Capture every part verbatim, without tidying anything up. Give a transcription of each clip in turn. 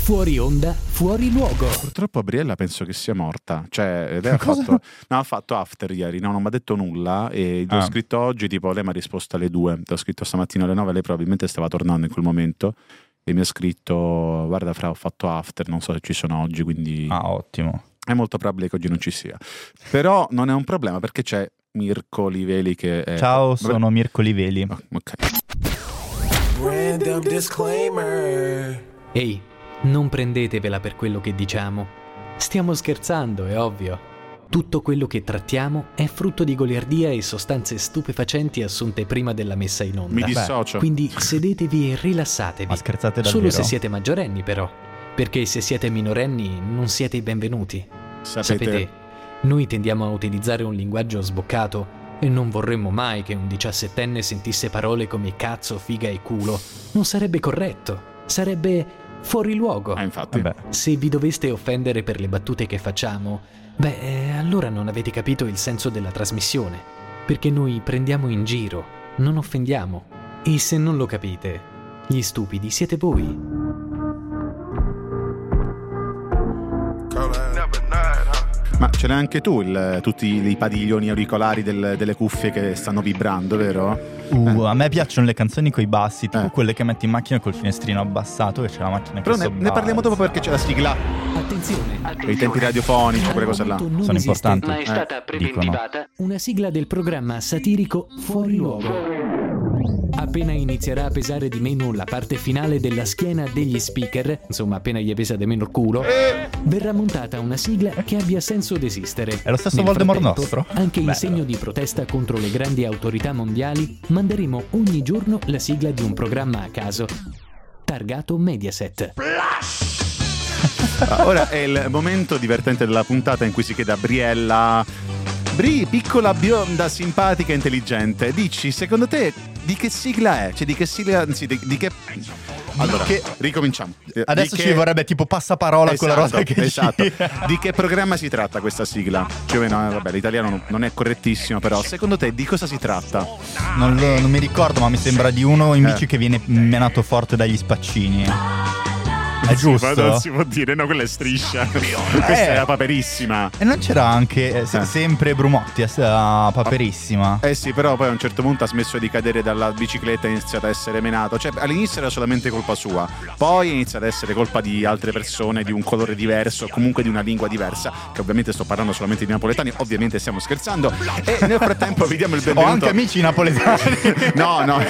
Fuori onda, fuori luogo. Purtroppo Briella penso che sia morta. Cioè, lei ha fatto, no, ha fatto after ieri, no, non mi ha detto nulla. E gli ho Ah. scritto oggi, tipo, lei mi ha risposto alle due. Ti ho scritto stamattina alle nove, lei probabilmente stava tornando in quel momento. E mi ha scritto: guarda, fra, ho fatto after, non so se ci sono oggi, quindi Ah, ottimo. è molto probabile che oggi non ci sia. Però non è un problema perché c'è Mirko Liveli che è... Ciao, Vabbè. sono Mirko Liveli. Oh, ok. Random disclaimer. Ehi, non prendetevela per quello che diciamo. Stiamo scherzando, è ovvio. Tutto quello che trattiamo è frutto di goliardia e sostanze stupefacenti assunte prima della messa in onda. Mi dissocio. Quindi sedetevi e rilassatevi. Ma scherzate davvero? Solo se siete maggiorenni, però. Perché se siete minorenni non siete i benvenuti. Sapete, Sapete, noi tendiamo a utilizzare un linguaggio sboccato e non vorremmo mai che un diciassettenne sentisse parole come cazzo, figa e culo. Non sarebbe corretto. Sarebbe fuori luogo. Ah, infatti. Vabbè. Se vi doveste offendere per le battute che facciamo, beh, eh, allora non avete capito il senso della trasmissione. Perché noi prendiamo in giro, non offendiamo. E se non lo capite, gli stupidi siete voi. Ma ce l'hai anche tu il, tutti i padiglioni auricolari del- delle cuffie che stanno vibrando, vero? Uh, a me piacciono le canzoni coi bassi, tipo Eh. quelle che metti in macchina col finestrino abbassato, che c'è la macchina che Però ne, sobbalza. ne parliamo dopo perché c'è la sigla. Attenzione, E i tempi radiofonici, quelle cose là. al momento non Sono esiste, importanti. ma è Eh, stata preventivata una sigla del programma satirico Fuori Luogo. Appena inizierà a pesare di meno la parte finale della schiena degli speaker, insomma appena gli pesa di meno il culo, verrà montata una sigla che abbia senso d'esistere. È lo stesso Nel Voldemort frattempo, nostro? Anche in Bello. segno di protesta contro le grandi autorità mondiali, manderemo ogni giorno la sigla di un programma a caso, targato Mediaset. Ah, ora è il momento divertente della puntata in cui si chiede a Briella: Bri, piccola, bionda, simpatica e intelligente, dici, secondo te di che sigla è? Cioè di che sigla, anzi di, di che... Allora, che- ricominciamo. Adesso Di ci che- vorrebbe tipo passaparola con la Esatto, rosa che esatto. gira. Di che programma si tratta questa sigla? Più o meno, eh, vabbè, l'italiano non- non è correttissimo, però secondo te di cosa si tratta? Non, lo- non mi ricordo, ma mi sembra di uno in bici Eh. che viene menato forte dagli spaccini. È giusto? Ma non si può dire, no, quella è Striscia. Questa è la Paperissima. E non c'era anche eh, se- Eh. sempre Brumotti, eh, a Paperissima. Eh sì, però poi a un certo punto ha smesso di cadere dalla bicicletta e ha iniziato a essere menato. Cioè, all'inizio era solamente colpa sua, poi è iniziato ad essere colpa di altre persone, di un colore diverso, comunque di una lingua diversa, che ovviamente sto parlando solamente di napoletani, ovviamente stiamo scherzando. E nel frattempo vi diamo il Ho benvenuto. anche amici napoletani. No, no.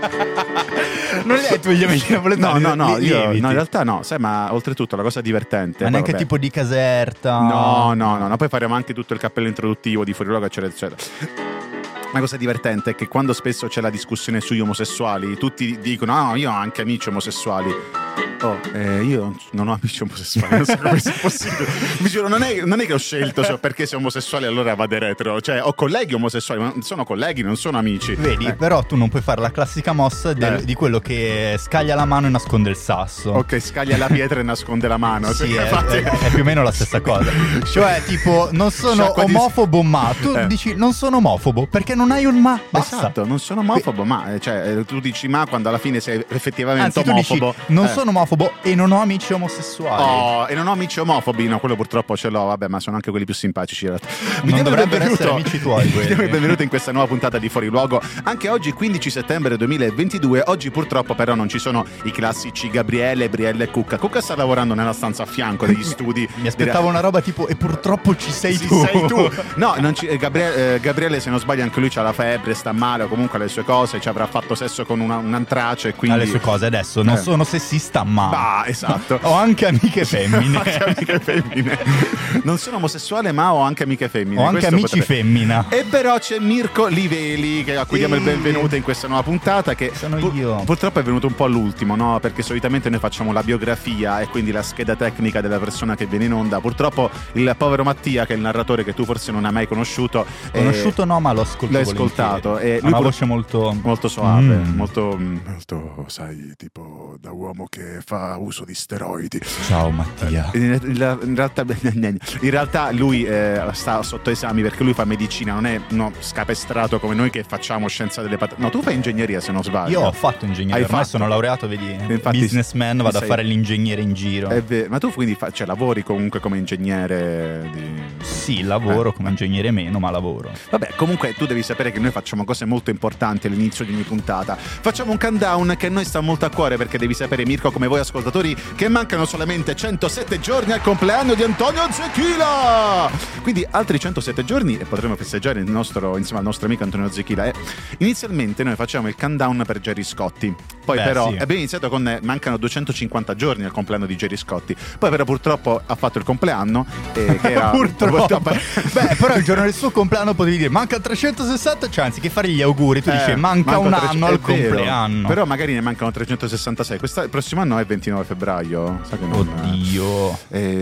Non li hai tu gli amici No, napoletani? no, no, li- li io, eviti. no, in realtà no, sai, ma oltretutto la cosa divertente. Ma poi neanche vabbè. tipo di Caserta. No, no, no, no, poi faremo anche tutto il cappello introduttivo di Fuori Luogo, eccetera, eccetera. La cosa divertente è che quando spesso c'è la discussione sugli omosessuali, tutti dicono: ah, no, io ho anche amici omosessuali. Oh, eh, io non ho amici omosessuali, non so come sia possibile. Mi giuro, non è, non è che ho scelto, cioè, perché sei omosessuale allora vado retro. Cioè, ho colleghi omosessuali, ma sono colleghi, non sono amici. Vedi, Eh, però tu non puoi fare la classica mossa del- Eh. di quello che scaglia la mano e nasconde il sasso. Ok, scaglia la pietra e nasconde la mano. Sì, Cioè, è, infatti- è- è più o meno la stessa cosa. Cioè, tipo, non sono Sciacqua di- omofobo, ma tu Eh. dici non sono omofobo perché non hai un ma. Basta. Esatto, non sono omofobo, ma eh, cioè, eh, tu dici ma quando alla fine sei effettivamente Anzi, tu dici omofobo. non eh. sono omofobo e non ho amici omosessuali. Oh, e non ho amici omofobi, no, quello purtroppo ce l'ho, vabbè, ma sono anche quelli più simpatici in realtà. Vi Non diamo il dovrebbero benvenuto- essere amici tuoi, Vi quelli. diamo il benvenuto in questa nuova puntata di Fuori Luogo. Anche oggi, quindici settembre duemilaventidue. Oggi purtroppo però non ci sono i classici Gabriele, Brielle e Cucca. Cucca sta lavorando nella stanza a fianco degli studi. Mi aspettavo una roba tipo e purtroppo ci sei Sì, tu. sei tu. No, non ci- eh, Gabriele, eh, Gabriele, se non sbaglio, anche lui ha la febbre, sta male o comunque ha le sue cose, ci avrà fatto sesso con una, un antrace e quindi... Alle sue cose adesso non Eh. sono sessista, ma Bah, esatto. ho anche amiche femmine. Ho anche amiche femmine. Non sono omosessuale, ma ho anche amiche femmine. Ho anche Questo amici potrebbe- femmina. E però c'è Mirko Liveli, che- a cui diamo il Sì. benvenuto in questa nuova puntata. Che Sono pur- io. Purtroppo è venuto un po' all'ultimo, no? Perché solitamente noi facciamo la biografia e quindi la scheda tecnica della persona che viene in onda. Purtroppo il povero Mattia, che è il narratore che tu forse non hai mai conosciuto, eh, Conosciuto no, ma l'ho ascoltato. l'hai ascoltato. E Ha lui una pur- voce molto molto suave, Mm. molto, molto, sai, tipo da uomo che fa uso di steroidi. Ciao Mattia. In, in, in, realtà, in realtà lui eh, sta sotto esami perché lui fa medicina, non è uno scapestrato come noi che facciamo scienza delle patate. No, tu fai ingegneria se non sbaglio. Io ho fatto ingegneria, Hai ormai fatto? sono laureato, vedi, Infatti, businessman, vado sei- a fare l'ingegnere in giro. È vero, ma tu quindi fa, cioè, lavori comunque come ingegnere di... Sì, lavoro Eh. come ingegnere meno, ma lavoro. Vabbè, comunque tu devi sapere che noi facciamo cose molto importanti all'inizio di ogni puntata. Facciamo un countdown che a noi sta molto a cuore, perché devi sapere, Mirko, come voi ascoltatori, che mancano solamente centosette giorni al compleanno di Antonio Zecchila. Quindi altri centosette giorni e potremo festeggiare il nostro, insieme al nostro amico Antonio Zecchila. E inizialmente noi facciamo il countdown per Gerry Scotti. Poi Beh, però sì. abbiamo iniziato con eh, mancano duecentocinquanta giorni al compleanno di Gerry Scotti. Poi però purtroppo ha fatto il compleanno eh, che era Purtroppo. Beh, però il giorno del suo compleanno potevi dire manca trecentosessanta, cioè anziché fare gli auguri tu Eh, dici manca un tre- anno è al vero. compleanno. Però magari ne mancano trecentosessantasei. Questa, il prossimo anno è ventinove febbraio. Sa che non- Oddio.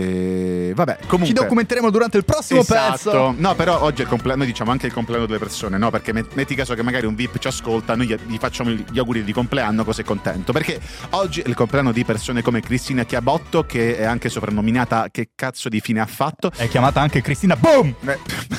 Eh, vabbè, comunque Ci documenteremo durante il prossimo esatto. pezzo. No, però oggi è il compleanno, noi diciamo anche il compleanno delle persone, no? Perché met- metti caso che magari un V I P ci ascolta, noi gli, gli facciamo gli auguri di compleanno, così è contento. Perché oggi è il compleanno di persone come Cristina Chiabotto, che è anche soprannominata Che cazzo di fine ha fatto? È chiamata anche Cristina Boom. Eh,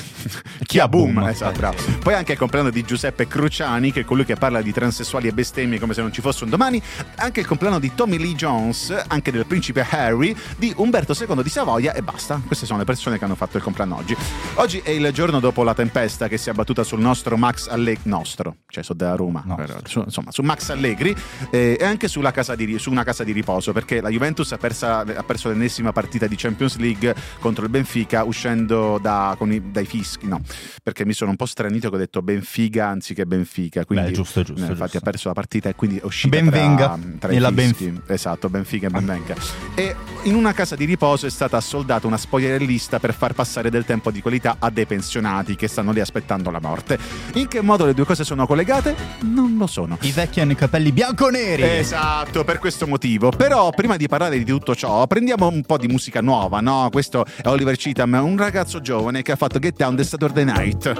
Chia Boom, Boom. esatto, bravo. Poi anche il compleanno di Giuseppe Cruciani, che è colui che parla di transessuali e bestemmie come se non ci fosse un domani. Anche il compleanno di Tommy Lee Jones, anche del principe Harry, di Umberto secondo di Savoia e basta. Queste sono le persone che hanno fatto il compleanno oggi. Oggi è il giorno dopo la tempesta che si è abbattuta sul nostro Max Allegri, nostro, cioè so da Roma, Nostro. però, su, insomma, su Max Allegri eh, e anche sulla casa di, su una casa di riposo, perché la Juventus ha, persa, ha perso l'ennesima partita di Champions League contro il Benfica uscendo da, con i, dai fischi, no, perché mi sono un po' stranito che ho detto Benfica anziché Benfica, quindi Beh, giusto, giusto, eh, infatti giusto. ha perso la partita e quindi è uscita Benvenga. tra, tra E i la fischi. Benf- Esatto, Benfica e Benvenga. E in una casa di riposo è stata soldata una spogliarellista per far passare del tempo di qualità a dei pensionati che stanno lì aspettando la morte. In che modo le due cose sono collegate? Non lo sono. I vecchi hanno i capelli bianco-neri. Esatto, per questo motivo. Però prima di parlare di tutto ciò, prendiamo un po' di musica nuova, no? Questo è Oliver Cheatham, un ragazzo giovane che ha fatto Get Down the Saturday Night.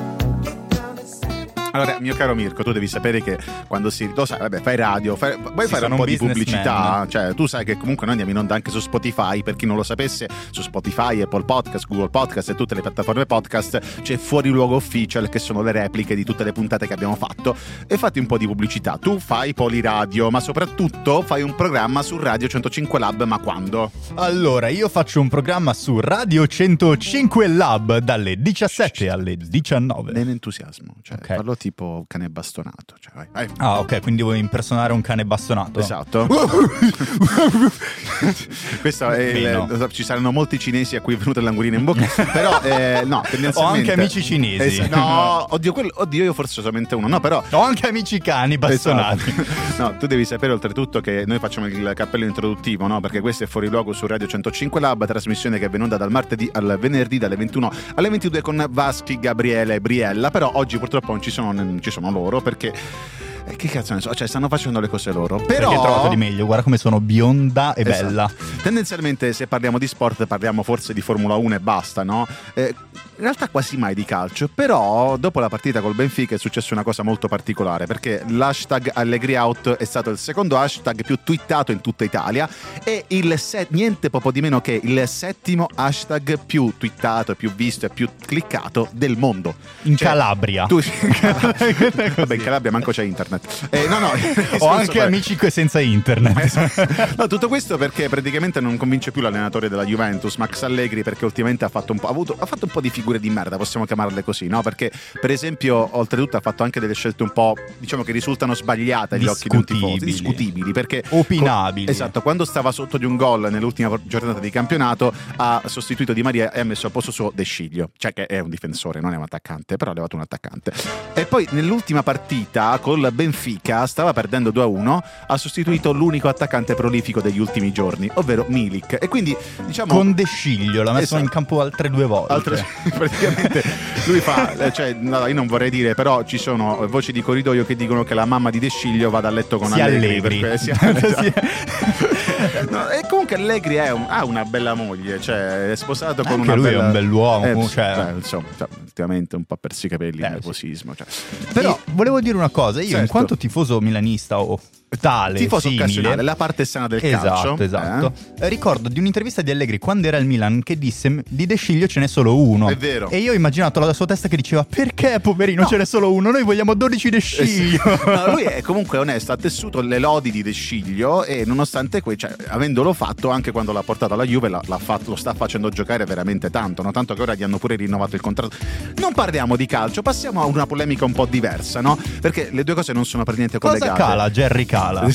Allora, mio caro Mirko, tu devi sapere che quando si... Lo sai, vabbè, fai radio, fai, vuoi Sì, fare un sono po' un di businessman. pubblicità? Cioè, tu sai che comunque noi andiamo in onda anche su Spotify, per chi non lo sapesse, su Spotify, Apple Podcast, Google Podcast e tutte le piattaforme podcast c'è Fuori Luogo Official, che sono le repliche di tutte le puntate che abbiamo fatto. E fatti un po' di pubblicità. Tu fai Poliradio, ma soprattutto fai un programma su Radio centocinque Lab, ma quando? Allora, io faccio un programma su Radio centocinque Lab dalle diciassette alle diciannove. Nell'entusiasmo, cioè Ok. parlo tipo cane bastonato, cioè vai, vai. Ah, ok, quindi vuoi impersonare un cane bastonato? Esatto. Questo è Sì, il- no. ci saranno molti cinesi a cui è venuta l'angolina in bocca, però eh, no, tendenzialmente Ho anche amici cinesi. Es- no, oddio, quello, oddio, io forse solamente uno, no, però Ho anche amici cani bastonati. Esatto. No, tu devi sapere oltretutto che noi facciamo il cappello introduttivo, no? Perché questo è Fuori Luogo su Radio centocinque Lab, trasmissione che è venuta dal martedì al venerdì dalle ventuno alle ventidue con Vaschi, Gabriele e Briella. Però oggi purtroppo non ci sono, non ci sono loro perché eh, che cazzo ne so, cioè stanno facendo le cose loro. Però Perché ho trovato di meglio, guarda come sono bionda e Esatto. bella. Tendenzialmente se parliamo di sport parliamo forse di Formula uno e basta, no? Eh, in realtà quasi mai di calcio, però dopo la partita col Benfica è successa una cosa molto particolare, perché l'hashtag Allegri Out è stato il secondo hashtag più twittato in tutta Italia e il se- niente poco di meno che il settimo hashtag più twittato, più visto e più cliccato del mondo. In Cioè, Calabria. Tu... Vabbè, in Calabria manco c'è internet. Eh, no, no, Ho anche amici que- senza internet. No, tutto questo perché praticamente non convince più l'allenatore della Juventus, Max Allegri, perché ultimamente ha fatto un po', ha avuto, ha fatto un po' di figure di merda, possiamo chiamarle così, no? Perché per esempio oltretutto ha fatto anche delle scelte un po', diciamo, che risultano sbagliate agli occhi di un tifoso, Discutibili. discutibili, perché Opinabili. co- esatto, quando stava sotto di un gol nell'ultima giornata di campionato ha sostituito Di Maria e ha messo a posto suo De Sciglio, cioè che è un difensore, non è un attaccante, però ha levato un attaccante. E poi nell'ultima partita col Benfica stava perdendo due a uno, ha sostituito l'unico attaccante prolifico degli ultimi giorni, ovvero Milik, e quindi diciamo Con De Sciglio l'ha messo Esatto. in campo altre due volte. altre, praticamente lui fa, eh, cioè, no, io non vorrei dire, però ci sono voci di corridoio che dicono che la mamma di De Sciglio vada a letto con Si Allegri. Allegri. perché- si- esatto. No, e comunque Allegri è un- ha una bella moglie, cioè è sposato con Anche una lui è bella... un bell'uomo, Eh, cioè- beh, insomma, cioè, ultimamente un po' persi i capelli, Eh, nervosismo, cioè. Però volevo dire una cosa, io in Certo. quanto tifoso milanista o tale, tifoso simile. occasionale, la parte sana del esatto, calcio. Esatto, eh? eh, Ricordo di un'intervista di Allegri quando era al Milan che disse di De Sciglio ce n'è solo uno. È vero. E io ho immaginato la sua testa che diceva perché poverino No. ce n'è solo uno, noi vogliamo dodici De Sciglio. No, lui è comunque onesto, ha tessuto le lodi di De Sciglio e nonostante que- cioè, avendolo fatto anche quando l'ha portato alla Juve l'ha, l'ha fatto, lo sta facendo giocare veramente tanto, no? Tanto che ora gli hanno pure rinnovato il contratto. Non parliamo di calcio, passiamo a una polemica un po' diversa, no? Perché le due cose non sono per niente Cosa collegate. cala Jerry Cala?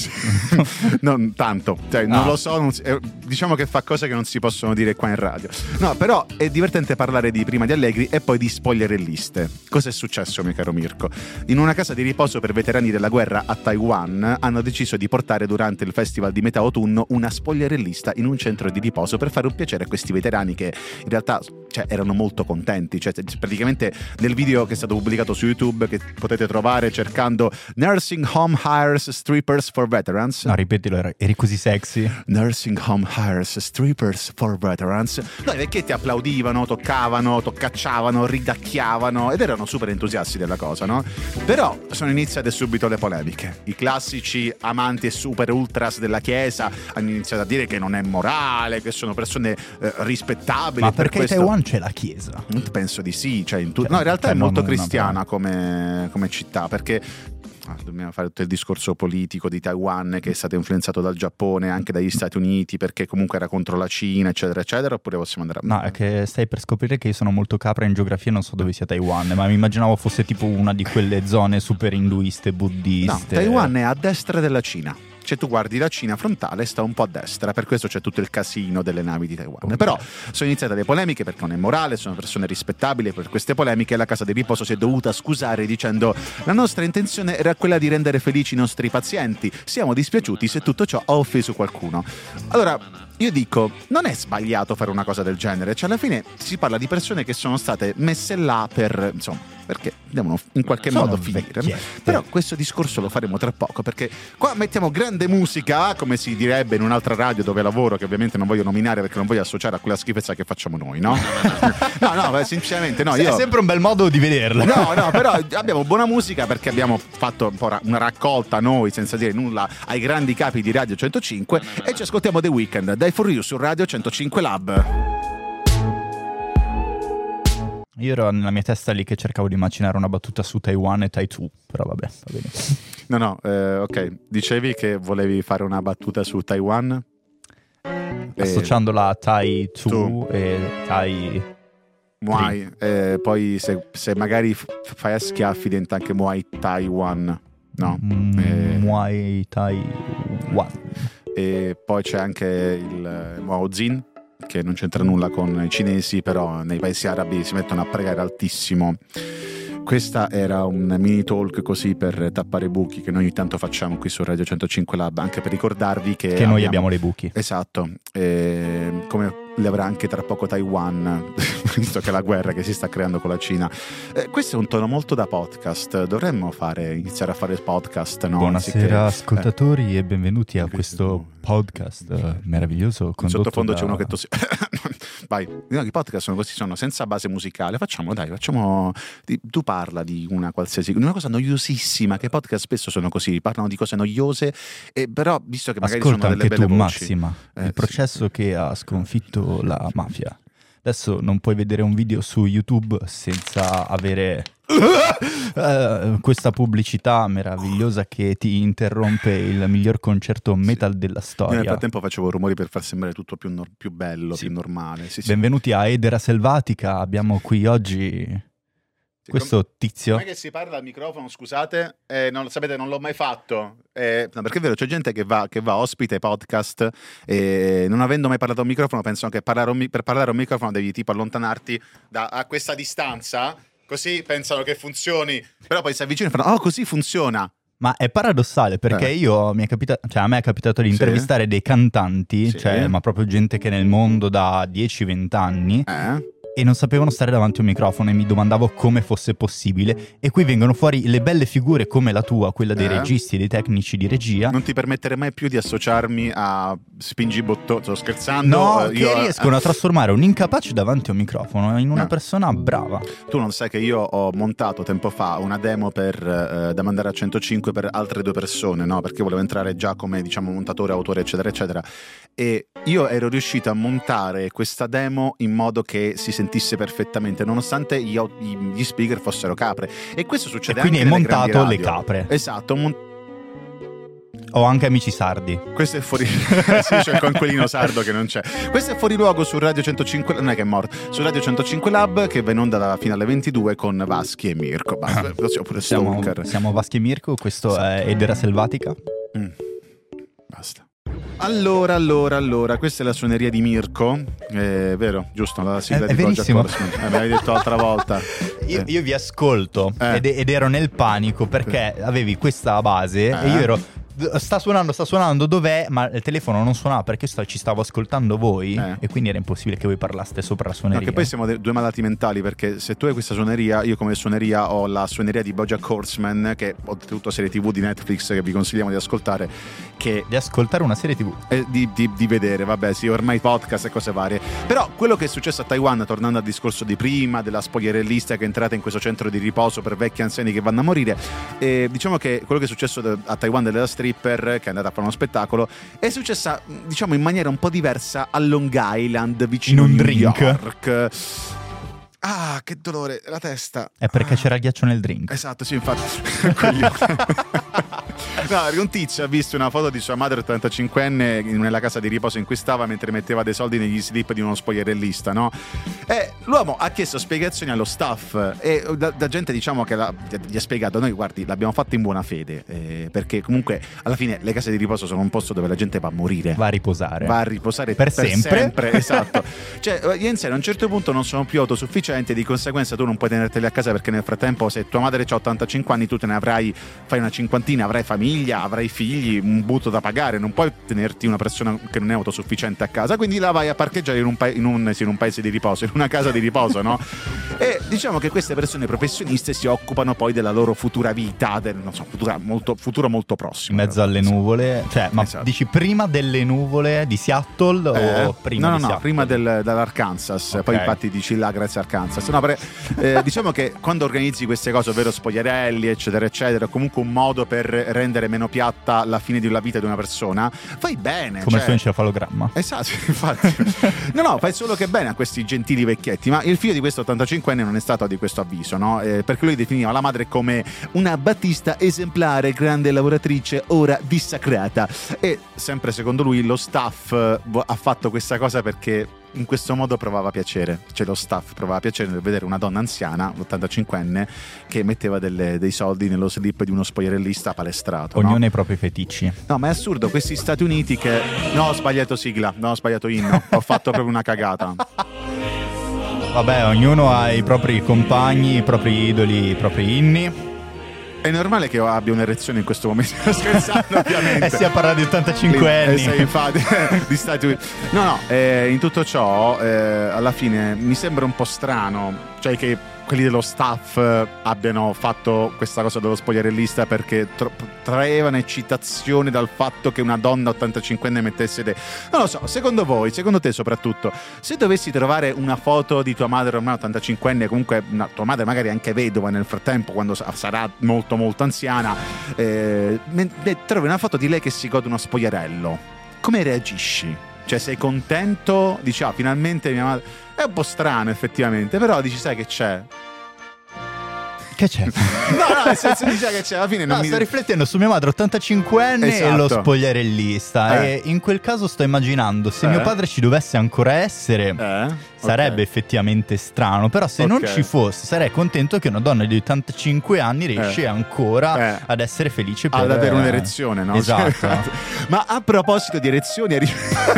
Non tanto, cioè, non Ah. lo so, non si- eh, diciamo che fa cose che non si possono dire qua in radio. No, però è divertente parlare di prima di Allegri e poi di spoilerelliste. Cosa è successo, mio caro Mirko? In una casa di riposo per veterani della guerra a Taiwan hanno deciso di portare durante il festival di metà autunno una spoilerellista in un centro di riposo per fare un piacere a questi veterani che in realtà, cioè, erano molto contenti. Cioè, praticamente nel video che è stato pubblicato su YouTube, che potete trovare cercando Nursing Home Hires Strippers for Veterans. No, ripetilo, eri- eri così sexy. Nursing Home Hires Strippers for Veterans. No, i vecchietti applaudivano, toccavano, toccacciavano, ridacchiavano ed erano super entusiasti della cosa, no? Però sono iniziate subito le polemiche. I classici amanti e super ultras della Chiesa hanno iniziato a dire che non è morale, che sono persone eh, rispettabili. Ma per perché in questo... Taiwan c'è la chiesa? Penso di sì, cioè in tu... Cioè, no, in realtà cioè, è molto non una- cristiana come, come città, perché ah, dobbiamo fare tutto il discorso politico di Taiwan che è stato influenzato dal Giappone, anche dagli Stati Uniti, perché comunque era contro la Cina, eccetera, eccetera, oppure possiamo andare a... No, è che stai per scoprire che io sono molto capra in geografia e non so dove sia Taiwan, ma mi immaginavo fosse tipo una di quelle zone super induiste, No, buddiste. Taiwan è a destra della Cina. Cioè tu guardi la Cina frontale, sta un po' a destra, per questo c'è tutto il casino delle navi di Taiwan. Okay. Però sono iniziate le polemiche perché non è morale, sono persone rispettabili, per queste polemiche la casa di riposo si è dovuta scusare dicendo: la nostra intenzione era quella di rendere felici i nostri pazienti, siamo dispiaciuti se tutto ciò ha offeso qualcuno. Allora, io dico, non è sbagliato fare una cosa del genere, cioè alla fine si parla di persone che sono state messe là per, insomma, perché devono in qualche Sono modo finire. vecchiette. Però questo discorso lo faremo tra poco, perché qua mettiamo grande musica, come si direbbe in un'altra radio dove lavoro, che ovviamente non voglio nominare perché non voglio associare a quella schifezza che facciamo noi, no? No, no, beh, sinceramente no, Sì, io... È sempre un bel modo di vederla. No, no, però abbiamo buona musica perché abbiamo fatto un po' ra- una raccolta noi, senza dire nulla ai grandi capi di Radio centocinque, e ci ascoltiamo The Weeknd, Dai For You su Radio centocinque Lab. Io ero nella mia testa lì che cercavo di immaginare una battuta su Taiwan e Taitu, però vabbè, va bene. No, no, eh, ok, dicevi che volevi fare una battuta su Taiwan? Eh, Associandola a Taitu tu. e Tai... Muay, eh, poi se, se magari f- fai a schiaffi diventa anche Muay Taiwan, no? Mm, Eh, Muay Taiwan. E poi c'è anche il eh, Mao Zin, che non c'entra nulla con i cinesi, però nei paesi arabi si mettono a pregare altissimo. Questa era un mini talk così per tappare buchi che noi ogni tanto facciamo qui su Radio centocinque Lab, anche per ricordarvi che, Che noi abbiamo dei buchi. Esatto, e come le avrà anche tra poco Taiwan, visto che la guerra che si sta creando con la Cina. Eh, questo è un tono molto da podcast, dovremmo fare, iniziare a fare podcast, no? Buonasera Anziché- ascoltatori e benvenuti a Questo- questo podcast eh, meraviglioso In condotto sottofondo da... c'è uno che tossi. Vai, no, i podcast sono così, sono senza base musicale. Facciamo, dai, facciamo. di- Tu parla di una qualsiasi, una cosa noiosissima. Che i podcast spesso sono così, parlano di cose noiose, e però visto che magari Ascolta sono delle anche belle tu, voci. Massima, Eh, il processo che ha sconfitto la mafia. Adesso non puoi vedere un video su YouTube senza avere eh, questa pubblicità meravigliosa che ti interrompe il miglior concerto metal della Io storia. nel frattempo facevo rumori per far sembrare tutto più, nor- più bello, Sì. più normale. Sì, sì. Benvenuti a Edera Selvatica, abbiamo qui oggi questo tizio. Com'è che si parla al microfono, scusate? Eh, non lo sapete, non l'ho mai fatto. Eh, no, perché è vero, c'è gente che va, che va ospite ai podcast e non avendo mai parlato a un microfono pensano che parlare a un mi- per parlare a un microfono devi tipo allontanarti da, a questa distanza, così pensano che funzioni, però poi si avvicinano e fanno, oh, così funziona. Ma è paradossale perché Eh. io mi è capitato, cioè a me è capitato di Sì. intervistare dei cantanti, Sì. cioè ma proprio gente che è nel mondo da dieci venti anni. Eh? e non sapevano stare davanti a un microfono e mi domandavo come fosse possibile. E qui vengono fuori le belle figure come la tua, quella dei Eh? registi e dei tecnici di regia. Non ti permetterei mai più di associarmi a spingi bottoni. Sto scherzando. No, eh, che io- riescono a trasformare un incapace davanti a un microfono in una Eh. persona brava. Tu non sai che io ho montato tempo fa una demo per, eh, da mandare a centocinque per altre due persone, no? Perché volevo entrare già come, diciamo, montatore, autore, eccetera, eccetera. E io ero riuscito a montare questa demo in modo che si sentisse perfettamente, nonostante gli, au- gli speaker fossero capre. E questo succede E quindi anche hai nelle grandi montato le radio. capre. Esatto, ho mon- Ho anche amici sardi. questo è fuori. Sì, c'è il conquilino sardo che non c'è. Questo è Fuori Luogo su Radio centocinque. Non è che è morto. Su Radio centocinque Lab, che va in onda da, fino alle ventidue con Vaschi e Mirko. Basta, possiamo pure Siamo, Stalker. siamo Vaschi e Mirko, questo è Edera Selvatica. Mm. Basta. Allora, allora, allora, questa è la suoneria di Mirko, è vero, giusto? La sigla È- è di Bojack verissimo. Horseman. Eh, me l'hai detto l'altra volta. Io, Eh. io vi ascolto Eh. ed, ed ero nel panico perché avevi questa base Eh. e io ero sta suonando, sta suonando, dov'è? Ma il telefono non suonava perché sto- ci stavo ascoltando voi Eh. e quindi era impossibile che voi parlaste sopra la No, suoneria. che poi siamo de- due malati mentali, perché se tu hai questa suoneria, io come suoneria ho la suoneria di Bojack Horseman, che oltretutto serie tv di Netflix che vi consigliamo di ascoltare, che Di ascoltare una serie tv. Eh, di, di- di vedere, vabbè, sì, ormai podcast e cose varie. Però quello che è successo a Taiwan, tornando al discorso di prima, della spogliarellista che è entrata in questo centro di riposo per vecchi anziani che vanno a morire, eh, diciamo che quello che è successo de- a Taiwan della stripper, che è andata a fare uno spettacolo, è successa, diciamo, in maniera un po' diversa a Long Island, vicino In un a New drink. York. Ah, che dolore, la testa. È perché Ah. c'era il ghiaccio nel drink. Esatto, sì, infatti. Coglione. No, un tizio ha visto una foto di sua madre ottantacinquenne nella casa di riposo in cui stava mentre metteva dei soldi negli slip di uno spogliarellista, no? E l'uomo ha chiesto spiegazioni allo staff e da, da gente, diciamo, che la- gli ha spiegato: noi, guardi, l'abbiamo fatto in buona fede, eh, perché comunque alla fine le case di riposo sono un posto dove la gente va a morire. Va a riposare. Va a riposare Per sempre. Esatto. Cioè, gli anziani a un certo punto non sono più autosufficienti, di conseguenza tu non puoi tenerteli a casa, perché nel frattempo, se tua madre ha ottantacinque anni, tu te ne avrai, fai una cinquantina, avrai famiglia, avrai figli, un butto da pagare, non puoi tenerti una persona che non è autosufficiente a casa, quindi la vai a parcheggiare in un, pa- in un, sì, in un paese di riposo, in una casa di riposo, no? E diciamo che queste persone professioniste si occupano poi della loro futura vita, del, non so, futura molto, futuro molto prossimo. In mezzo alle nuvole. Cioè, ma Esatto. dici prima delle nuvole di Seattle Eh, o prima no, no, di no, Seattle? prima del, dall'Arkansas, Ok. poi infatti dici là grazie Arkansas. No, per- eh, diciamo che quando organizzi queste cose, ovvero spogliarelli, eccetera, eccetera, comunque un modo per rendere meno piatta la fine della vita di una persona, fai bene. Come cioè- il suo encefalogramma. Esatto, infatti. No, no, fai solo che bene a questi gentili vecchietti. Ma il figlio di questo ottantacinquenne non è stato di questo avviso, no? Eh, perché lui definiva la madre come una Battista esemplare, grande lavoratrice, ora dissacrata. E sempre secondo lui lo staff eh, vo- ha fatto questa cosa perché in questo modo provava piacere. Cioè lo staff provava piacere nel vedere una donna anziana, ottantacinquenne, che metteva delle- dei soldi nello slip di uno spogliarellista palestrato, no? Ognuno ha i propri feticci. No, ma è assurdo, questi Stati Uniti che... No, ho sbagliato sigla, no, ho sbagliato inno, ho fatto proprio una cagata. Vabbè, ognuno ha i propri compagni, i propri idoli, i propri inni. È normale che io abbia un'erezione in questo momento, sto scherzando ovviamente. E si è parlato di ottantacinque Eh, anni. sì, infatti, di Stati Uniti. No, no, eh, in tutto ciò, eh, alla fine mi sembra un po' strano, cioè che quelli dello staff eh, abbiano fatto questa cosa dello spogliarellista perché tro- traevano eccitazione dal fatto che una donna ottantacinquenne mettesse de... Non lo so, secondo voi, secondo te soprattutto, se dovessi trovare una foto di tua madre ormai ottantacinquenne, comunque una, tua madre magari anche vedova nel frattempo, quando sa- sarà molto molto anziana, eh, me- me- trovi una foto di lei che si gode uno spogliarello, come reagisci? Cioè, sei contento? Dici, ah, finalmente mia madre... È un po' strano effettivamente, però dici, sai che c'è? Che c'è? No, no, nel senso dici che c'è, alla fine non No, mi... sto riflettendo su mia madre ottantacinquenne Esatto. e lo spogliarellista. Eh. E in quel caso sto immaginando se Eh. mio padre ci dovesse ancora essere. Eh? Sarebbe Ok. effettivamente strano, però se non Ok. ci fosse sarei contento che una donna di ottantacinque anni riesce Eh. ancora Eh. ad essere felice per... Ad avere un'erezione, no? Esatto. Ma a proposito di erezioni, arri-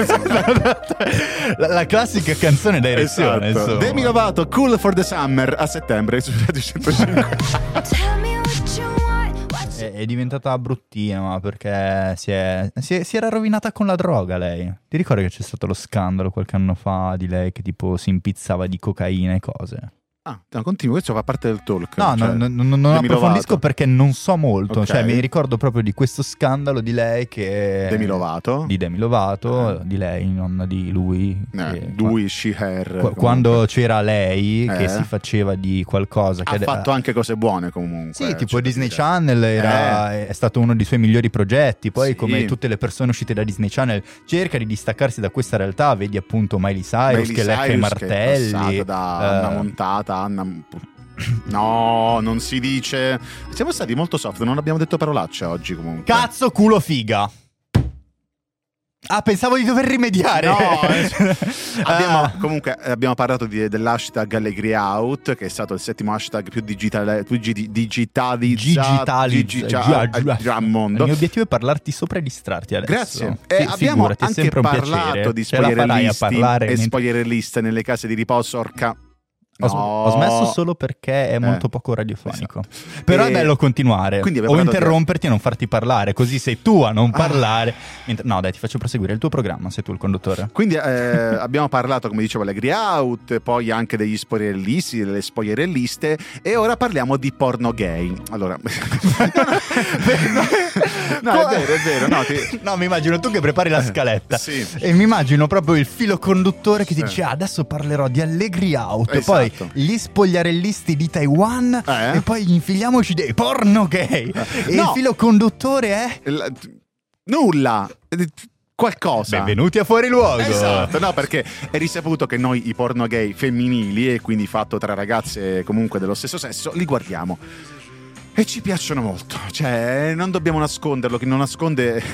la, la classica canzone da erezione, esatto. insomma. Demi Lovato, Cool for the Summer, a settembre su Radio centocinque. Tell me what you want, what you E è diventata bruttina, ma perché si, è, si, è, si era rovinata con la droga lei. Ti ricordi che c'è stato lo scandalo qualche anno fa di lei che tipo si impizzava di cocaina e cose? Ah, no, continua, questo fa parte del talk. No, cioè, no, no, no, non approfondisco perché non so molto. Okay. Cioè, mi ricordo proprio di questo scandalo di lei che... Demi Lovato. Di Demi Lovato, eh. di lei, non di lui. Eh, che, lui, she, her. Qu- quando c'era lei eh. che si faceva di qualcosa. Che ha fatto anche cose buone comunque. Sì, tipo cioè, Disney dire. Channel era, Eh. è stato uno dei suoi migliori progetti. Poi, Sì. come tutte le persone uscite da Disney Channel, cerca di distaccarsi da questa realtà. Vedi appunto Miley Cyrus Miley che lecca i Cyrus, martelli. che è passata da eh, Anna Montata, Anna... No, non si dice. Siamo stati molto soft, non abbiamo detto parolacce oggi comunque. Cazzo, culo, figa. Ah, pensavo di dover rimediare. No, eh, abbiamo, Ah. comunque abbiamo parlato di, dell'hashtag Allegria Out, che è stato il settimo hashtag più digitale, più gi- digitalizzato Digitalizzato digitale al mondo. Il mio obiettivo è parlarti sopra e distrarti adesso. Grazie. Fi- E abbiamo figurati, è anche sempre un parlato piacere. di Ce la farai a spogliarellisti parlare e mentre- spogliarelliste nelle case di riposo. Orca. Ho, sm- No. ho smesso solo perché è molto Eh, poco radiofonico. esatto. Però E- è bello continuare quindi o abbiamo parlato interromperti e non farti parlare, così sei tu a non Ah. parlare. Mentre- No, dai, ti faccio proseguire il tuo programma, sei tu il conduttore. Quindi eh, abbiamo parlato, come dicevo, Allegria Out, poi anche degli spogliarellisti, delle spogliarelliste, e ora parliamo di porno gay. Allora, no, è vero, è vero. No, ti- No, mi immagino tu che prepari la scaletta sì. e mi immagino proprio il filo conduttore che ti Eh. dice: ah, adesso parlerò di Allegri Out, Esatto. poi gli spogliarellisti di Taiwan Eh? e poi infiliamoci dei porno gay. E No. il filo conduttore è La- nulla. Qualcosa. benvenuti a Fuori Luogo. Esatto, no, perché è risaputo che noi i porno gay femminili, e quindi fatto tra ragazze comunque dello stesso sesso, li guardiamo. E ci piacciono molto, cioè non dobbiamo nasconderlo, chi non nasconde...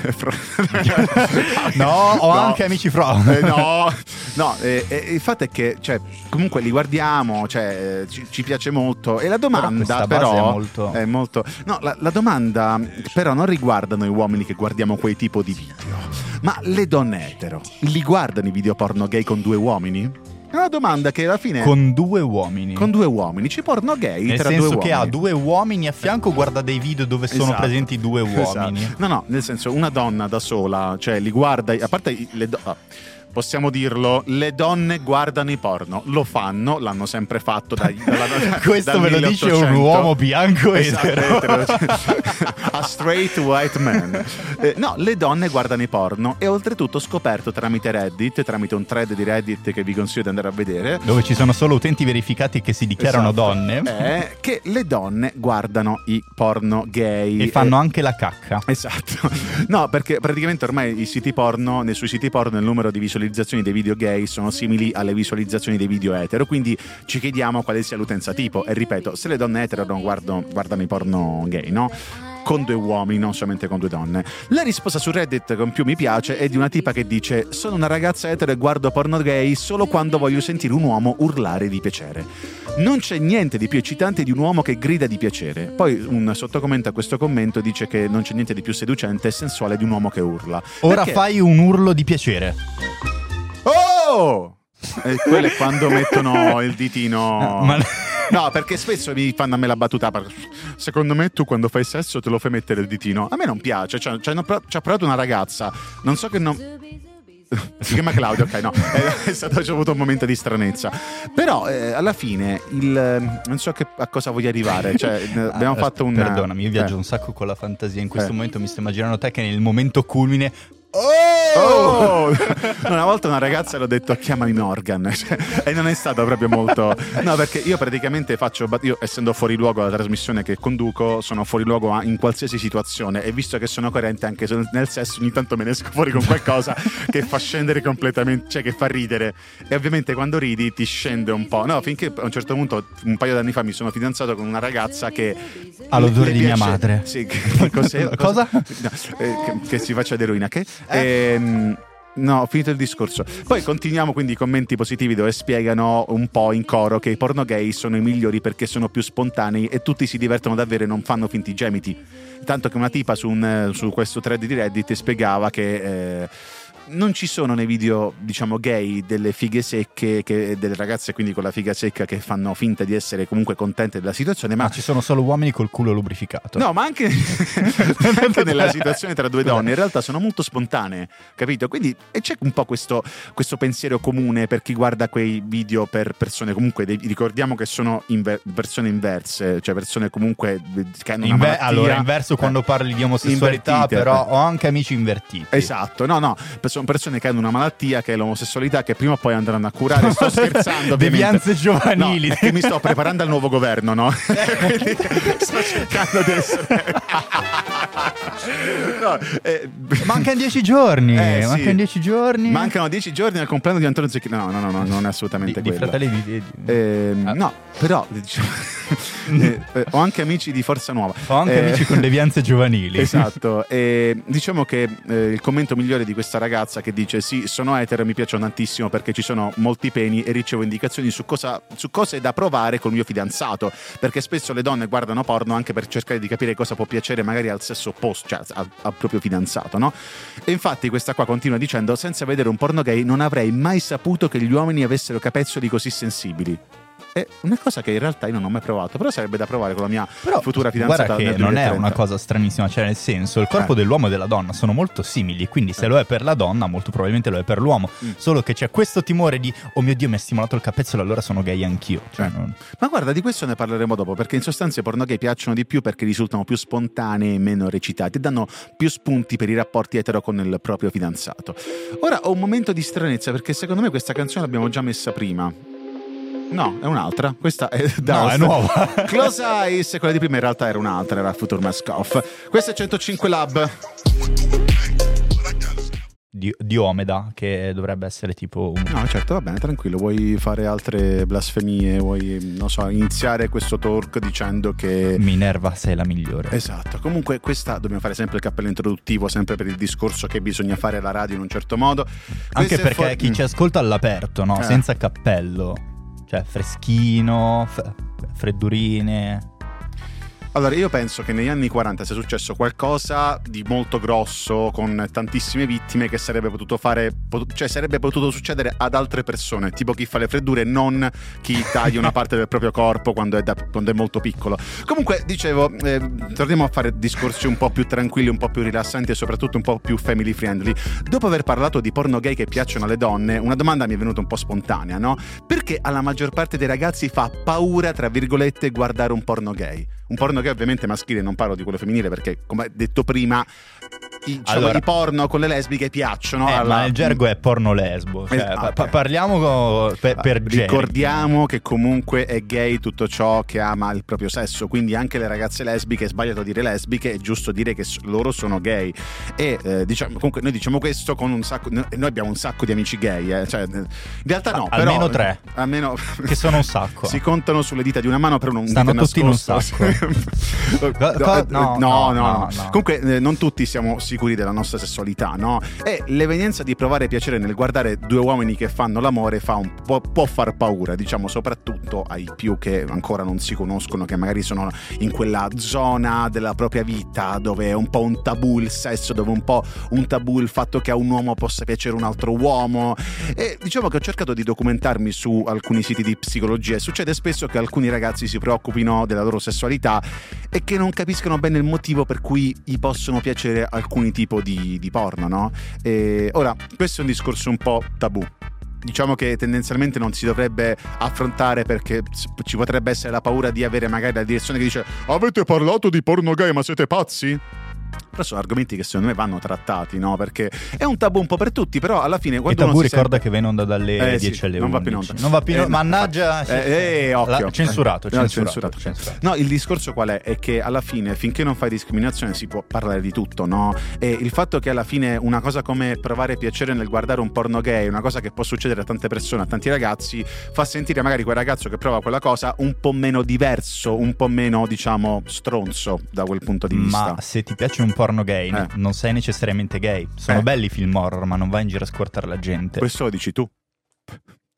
No, ho No. anche amici fro. Eh, no, no eh, eh, il fatto è che cioè, comunque li guardiamo, cioè, ci, ci piace molto. E la domanda Però questa base però è molto- è molto... No, la, la domanda però non riguarda noi uomini che guardiamo quei tipo di video, ma le donne etero. Li guardano i video porno gay con due uomini? È una domanda che alla fine... Con due uomini. con due uomini, c'è porno gay Nel tra senso due che uomini. ha due uomini a fianco, guarda dei video dove sono Esatto. presenti due uomini. Esatto. No, no, nel senso una donna da sola, cioè li guarda, a parte i- le do- ah, possiamo dirlo, le donne guardano i porno, lo fanno, l'hanno sempre fatto dai, dalla, Questo dal me lo dice un milleottocento. uomo bianco Esatto, etero. etero. A straight white man. Eh, no, le donne guardano i porno, e oltretutto ho scoperto tramite Reddit, tramite un thread di Reddit che vi consiglio di andare a vedere, Dove ci sono solo utenti verificati che si dichiarano esatto, donne è che le donne guardano i porno gay e fanno anche la cacca. Esatto, no, perché praticamente ormai i siti porno, nei sui siti porno il numero di visualizzazioni dei video gay sono simili alle visualizzazioni dei video etero, quindi ci chiediamo quale sia l'utenza tipo. E ripeto, se le donne etero non guardano, guardano i porno gay, no? Con due uomini, non solamente con due donne. La risposta su Reddit con più mi piace è di una tipa che dice: sono una ragazza etero e guardo porno gay solo quando voglio sentire un uomo urlare di piacere. Non c'è niente di più eccitante di un uomo che grida di piacere. Poi un sottocommento a questo commento dice che non c'è niente di più seducente e sensuale di un uomo che urla. Ora Perché? fai un urlo di piacere. Oh! E quello è quando mettono il ditino. Ma- No, perché spesso mi fanno a me la battuta. per- Secondo me tu quando fai sesso te lo fai mettere il ditino. A me non piace. Cioè, cioè, hanno pro- ci ha provato una ragazza. Non so che non. Si chiama Claudia, ok, no. È stato, c'è avuto un momento di stranezza. Però eh, alla fine il, non so che, a cosa voglio arrivare. Cioè, eh, abbiamo Ah, fatto un. Perdonami, io viaggio eh. un sacco con la fantasia. In questo Eh. momento mi sto immaginando te che nel momento culmine. Oh! Una volta una ragazza l'ho detto chiamami Morgan, cioè, e non è stato proprio molto. No, perché io praticamente faccio, io essendo fuori luogo alla trasmissione che conduco, sono fuori luogo in qualsiasi situazione, e visto che sono coerente anche nel sesso, ogni tanto me ne esco fuori con qualcosa che fa scendere completamente, cioè che fa ridere, e ovviamente quando ridi ti scende un po'. No, finché a un certo punto, un paio d'anni fa, mi sono fidanzato con una ragazza che Ha l'odore le di mia piace- madre. Sì, che, cos'è? Cosa? No, eh, che, che si faccia d'eroina. Che? Ehm, no, ho finito il discorso. Poi continuiamo quindi i commenti positivi dove spiegano un po' in coro che i porno gay sono i migliori perché sono più spontanei e tutti si divertono davvero e non fanno finti gemiti. Tanto che una tipa su, un, su questo thread di Reddit spiegava che... Eh, non ci sono nei video, diciamo, gay delle fighe secche, che, delle ragazze quindi con la figa secca che fanno finta di essere comunque contente della situazione, ma ah, ci sono solo uomini col culo lubrificato. No, ma anche, anche nella situazione tra due donne in realtà sono molto spontanee, capito? Quindi e c'è un po' questo, questo pensiero comune per chi guarda quei video per persone comunque, dei, ricordiamo che sono inver- persone inverse, cioè persone comunque che hanno una Inve- malattia. Allora, inverso quando eh, parli di omosessualità, invertite. però ho anche amici invertiti. Esatto, no, no, sono persone che hanno una malattia che è l'omosessualità, che prima o poi andranno a curare. Sto scherzando, ovviamente. Devianze giovanili. No, è che mi sto preparando al nuovo governo, no? Quindi sto cercando di essere... no, eh... Mancano dieci giorni. Eh, Mancano sì. dieci giorni. Mancano dieci giorni al compleanno di Antonio Zecchini. No, no, no, no, non è assolutamente di, di quello. Fratelli di... Eh, ah. No, però diciamo, eh, eh, ho anche amici di Forza Nuova. Ho anche Eh, amici con devianze giovanili. Esatto. E diciamo che eh, il commento migliore di questa ragazza che dice: sì, sono etero, mi piacciono tantissimo perché ci sono molti peni e ricevo indicazioni su cosa su cose da provare col mio fidanzato, perché spesso le donne guardano porno anche per cercare di capire cosa può piacere magari al sesso opposto, cioè al, al proprio fidanzato, no? E infatti questa qua continua dicendo: senza vedere un porno gay non avrei mai saputo che gli uomini avessero capezzoli così sensibili. È una cosa che in realtà io non ho mai provato, però sarebbe da provare con la mia Però, futura fidanzata. guarda che nel non è duemilatrenta. una cosa stranissima, cioè nel senso il corpo Eh. dell'uomo e della donna sono molto simili, quindi se Eh. lo è per la donna molto probabilmente lo è per l'uomo, Mm. solo che c'è questo timore di oh mio Dio mi ha stimolato il capezzolo allora sono gay anch'io, cioè, Eh. non... Ma guarda, di questo ne parleremo dopo, perché in sostanza i porno gay piacciono di più perché risultano più spontanei e meno recitati e danno più spunti per i rapporti etero con il proprio fidanzato. Ora ho un momento di stranezza perché secondo me questa canzone l'abbiamo già messa prima. No, è un'altra. Questa è No, è nuova. Close Eyes, quella di prima in realtà era un'altra, era Future Mask Off. Questo è centocinque Lab. Di- Diomeda, che dovrebbe essere tipo un... No, certo, va bene, tranquillo. Vuoi fare altre blasfemie? Vuoi, non so, iniziare questo talk dicendo che... Minerva sei la migliore. Esatto, comunque questa dobbiamo fare sempre il cappello introduttivo, sempre per il discorso che bisogna fare alla radio in un certo modo. Anche Questo è perché for- chi ci ascolta all'aperto, no? Eh. Senza cappello, cioè freschino, f- freddurine. Allora, io penso che negli anni quaranta sia successo qualcosa di molto grosso con tantissime vittime che sarebbe potuto fare, pot- cioè sarebbe potuto succedere ad altre persone, tipo chi fa le freddure, non chi taglia una parte del proprio corpo quando è, da, quando è molto piccolo. Comunque, dicevo, eh, torniamo a fare discorsi un po' più tranquilli, un po' più rilassanti e soprattutto un po' più family friendly. Dopo aver parlato di porno gay che piacciono alle donne, una domanda mi è venuta un po' spontanea, no? Perché alla maggior parte dei ragazzi fa paura, tra virgolette, guardare un porno gay? Un porno gay ovviamente maschile, non parlo di quello femminile perché, come detto prima, i, diciamo, Allora, i porno con le lesbiche piacciono. Eh, alla... ma il gergo è porno lesbo, cioè, Eh, pa- ok. pa- parliamo co- per, per gergo. Ricordiamo che comunque è gay tutto ciò che ama il proprio sesso, quindi anche le ragazze lesbiche, è sbagliato dire lesbiche, è giusto dire che s- loro sono gay. E eh, diciamo, comunque noi diciamo questo con un sacco, noi abbiamo un sacco di amici gay, eh, cioè, in realtà no, A- però, almeno tre. almeno Che sono un sacco. si contano sulle dita di una mano, per un Stanno dito tutti in un nascosto. sacco. No, Co- no, no, no, no, no. Comunque eh, non tutti siamo sicuri della nostra sessualità, no? E l'evenienza di provare piacere nel guardare due uomini che fanno l'amore fa un po', può far paura, diciamo, soprattutto ai più che ancora non si conoscono, che magari sono in quella zona della propria vita dove è un po' un tabù il sesso, dove è un po' un tabù il fatto che a un uomo possa piacere un altro uomo. E diciamo che ho cercato di documentarmi su alcuni siti di psicologia e succede spesso che alcuni ragazzi si preoccupino della loro sessualità e che non capiscono bene il motivo per cui gli possono piacere alcuni tipi di, di porno, no? E ora, questo è un discorso un po' tabù. Diciamo che tendenzialmente non si dovrebbe affrontare perché ci potrebbe essere la paura di avere magari la direzione che dice: avete parlato di porno gay ma siete pazzi? Però sono argomenti che secondo me vanno trattati, no? Perché è un tabù un po' per tutti, però alla fine E quando tabù uno si ricorda sente... che viene onda dalle Eh, dieci sì, alle non va undici. più in onda. Non va più in Eh, onda. Mannaggia. Eh, eh, occhio. La- censurato, No, censurato, censurato. No, il discorso qual è? È che alla fine, finché non fai discriminazione, si può parlare di tutto, no? E il fatto che alla fine una cosa come provare piacere nel guardare un porno gay, una cosa che può succedere a tante persone, a tanti ragazzi, fa sentire magari quel ragazzo che prova quella cosa un po' meno diverso, un po' meno, diciamo, stronzo da quel punto di vista. Ma se ti piace un porno gay, Eh. non sei necessariamente gay. Sono Eh. belli i film horror, ma non vai in giro a squartare la gente. Questo lo dici tu.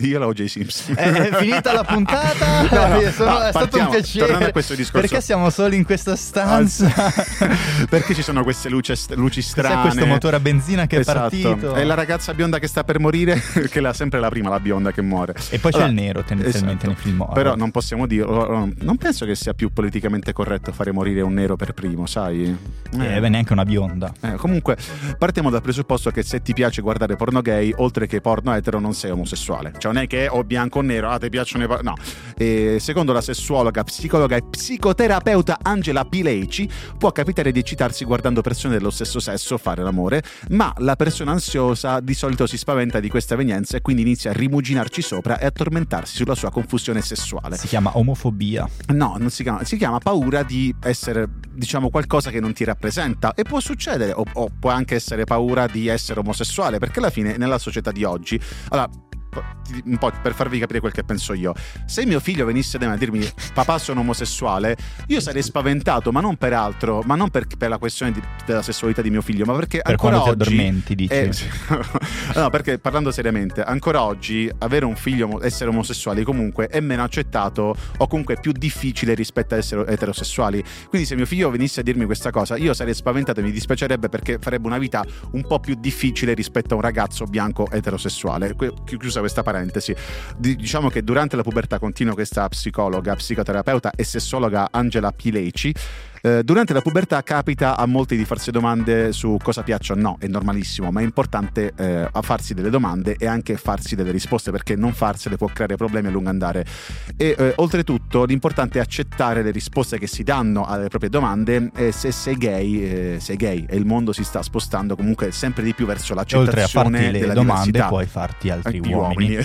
Diglielo a O J Simpson. È finita la puntata. No, no, Sono, no, è stato partiamo, un piacere. tornando a questo discorso. Perché siamo soli in questa stanza? Perché ci sono queste luci, luci strane. C'è questo motore a benzina che esatto. è partito. E la ragazza bionda che sta per morire, che è sempre la prima, la bionda che muore. E poi allora, c'è il nero tendenzialmente esatto. nei film horror. Però non possiamo dirlo. Non penso che sia più politicamente corretto fare morire un nero per primo, sai? Eh, beh, neanche una bionda. Eh, comunque, partiamo dal presupposto che se ti piace guardare porno gay, oltre che porno etero, non sei omosessuale. Cioè, non è che o bianco o nero, ah, ti piacciono i por- no. E secondo la sessuologa, psicologa e psicoterapeuta Angela Pileci, può capitare di eccitarsi guardando persone dello stesso sesso fare l'amore, ma la persona ansiosa di solito si spaventa di questa evenienza e quindi inizia a rimuginarci sopra e a tormentarsi sulla sua confusione sessuale. Si chiama omofobia. No, non si chiama, si chiama paura di essere, diciamo, qualcosa che non ti rappresenta, e può succedere, o, o può anche essere paura di essere omosessuale, perché alla fine nella società di oggi, allora, un po' per farvi capire quel che penso io, se mio figlio venisse da me a dirmi papà sono omosessuale, io sarei spaventato, ma non per altro, ma non per, per la questione di, della sessualità di mio figlio, ma perché per ancora quando oggi ti addormenti, dici? Eh, no, perché parlando seriamente, ancora oggi avere un figlio, essere omosessuali comunque è meno accettato, o comunque è più difficile rispetto a essere eterosessuali. Quindi se mio figlio venisse a dirmi questa cosa, io sarei spaventato e mi dispiacerebbe, perché farebbe una vita un po' più difficile rispetto a un ragazzo bianco eterosessuale. Chiusa questa parentesi, diciamo che durante la pubertà continua questa psicologa, psicoterapeuta e sessologa Angela Pileci, eh, durante la pubertà capita a molti di farsi domande su cosa piaccia o no, è normalissimo, ma è importante eh, a farsi delle domande e anche farsi delle risposte, perché non farsele può creare problemi a lungo andare. E eh, oltretutto l'importante è accettare le risposte che si danno alle proprie domande, e se sei gay, eh, sei gay, e il mondo si sta spostando comunque sempre di più verso l'accettazione. Oltre a farti della le domande diversità. puoi farti altri Anche uomini, uomini.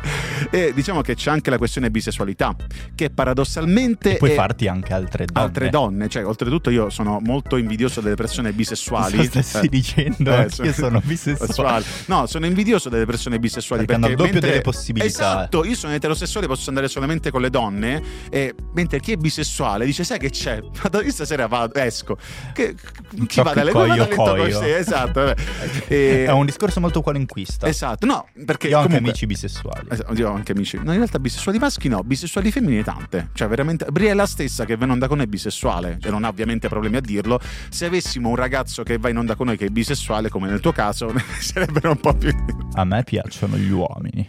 E diciamo che c'è anche la questione bisessualità, che paradossalmente e puoi è farti anche altre donne. altre donne, cioè oltretutto io sono molto invidioso delle persone bisessuali. Cosa stessi eh, dicendo? eh, Io sono bisessuale. No, sono invidioso delle persone bisessuali, perché, perché hanno il doppio mentre, delle possibilità. Esatto, io sono eterosessuale, posso andare solamente con le donne, e mentre chi è bisessuale dice sai che c'è, vado, io stasera vado, esco, che, chi Ciò va che dalle coio, coio. sì, esatto, vabbè. E, è un discorso molto qualunquista. esatto, no, perché io ho anche comunque, amici bisessuali. esatto, io ho anche amici, no, in realtà bisessuali maschi no, bisessuali femmine tante, cioè veramente Briella stessa che va in onda con noi è bisessuale e non ha ovviamente problemi a dirlo. Se avessimo un ragazzo che va in onda con noi che è bisessuale, come nel tuo caso, sarebbero un po' più. A me piacciono gli uomini.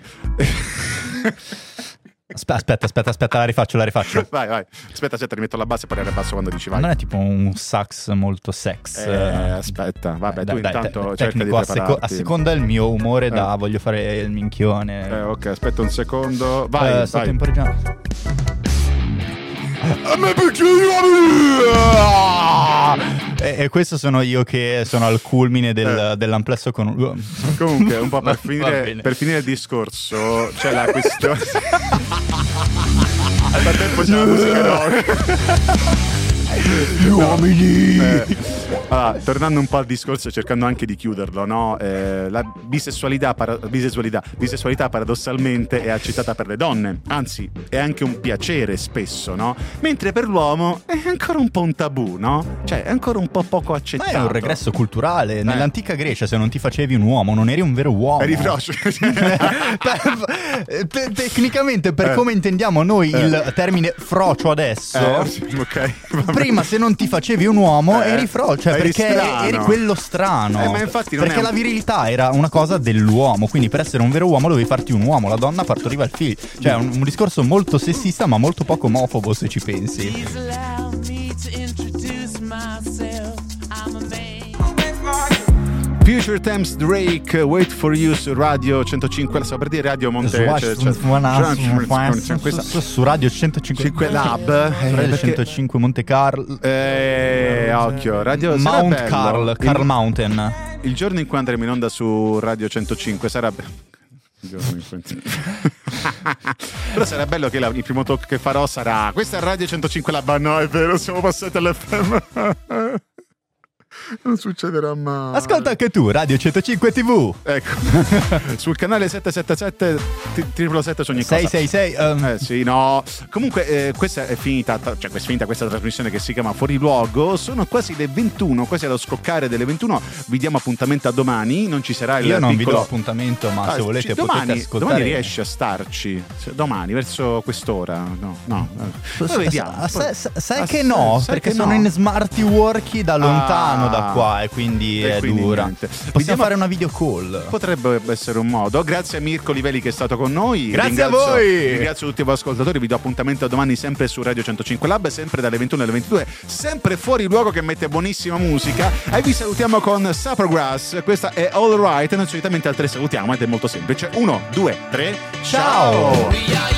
Aspetta, aspetta, aspetta, aspetta, la rifaccio, la rifaccio. Vai, vai. Aspetta, aspetta, rimetto la base e poi la ribasso quando dici vai. Non è tipo un sax molto sex. Eh, aspetta, vabbè, dai, tu dai, intanto te- cerca di tecnico a, prepararti. seco- a seconda del mio umore da Eh. voglio fare il minchione. Eh, ok, aspetta un secondo. Vai, Eh, sto vai. temporeggiando. A me piacciono gli uomini! E, e questo sono io che sono al culmine del, Eh. dell'amplesso con... Comunque, un po' per Va finire, bene. per finire il discorso, c'è la questione. Al frattempo c'è la musica rock. Gli uomini! Eh, allora, tornando un po' al discorso, cercando anche di chiuderlo, no? Eh, la bisessualità, para- bisessualità, bisessualità paradossalmente è accettata per le donne, anzi è anche un piacere spesso, no? Mentre per l'uomo è ancora un po' un tabù, no? Cioè è ancora un po' poco Ma accettato. è un regresso culturale. Nell'antica Grecia, se non ti facevi un uomo, non eri un vero uomo. Eri frocio. Te- te- tecnicamente, per Eh. come intendiamo noi Eh. il termine frocio adesso, Eh, sì, ok. vabbè. prima se non ti facevi un uomo Eh. eri frocio, cioè Eri perché strano. eri quello strano. Eh, ma infatti non perché è un- la virilità era una cosa dell'uomo, quindi per essere un vero uomo dovevi farti un uomo, la donna partoriva il figlio. Cioè è un, un discorso molto sessista ma molto poco omofobo, se ci pensi. Please allow me to introduce myself. I'm a man. Future Temps Drake, Wait for You su Radio centocinque, stavo per dire Radio Monte, Swash- cioè- cioè- su- questa- su- su Radio centocinque cinque Lab, Radio eh, perché- centocinque Monte Carlo, Eh, occhio, Radio sarà Mount bello. Carl, Il- Carl Mountain. Il giorno in cui andremo in onda su Radio centocinque sarà be- il giorno in cui- Però sarà bello che la- il primo talk che farò sarà: questa è Radio centocinque Lab. No, è vero, siamo passati all'F M. Non succederà mai. Ascolta anche tu Radio centocinque tivù. Ecco. Sul canale sette sette sette triple sette su ogni cosa. sei sei sei um. Eh sì, no. Comunque eh, questa è finita, cioè è finita questa trasmissione che si chiama Fuori Luogo. Sono quasi le ventuno, quasi allo scoccare delle ventuno. Vi diamo appuntamento a domani. Non ci sarà il Io non piccolo... vi do appuntamento, ma ah, se volete ci, potete domani, ascoltare. domani riesci a starci. Domani, verso quest'ora. No, no. Poi vediamo. Sai, sai, sai Ah, che no, sai perché che sono no. in smart working da lontano Ah. da qua e quindi E è quindi dura. niente. Possiamo Vediamo- fare una video call. Potrebbe essere un modo. Grazie a Mirko Livelli che è stato con noi. Grazie Ringrazio- a voi. Ringrazio tutti voi ascoltatori. Vi do appuntamento a domani sempre su Radio centocinque Lab, sempre dalle ventuno alle ventidue, sempre Fuori Luogo che mette buonissima musica. E vi salutiamo con Saprograss. Questa è All Right. Noi solitamente altre salutiamo ed è molto semplice. Uno, due, tre. Ciao. Ciao. We are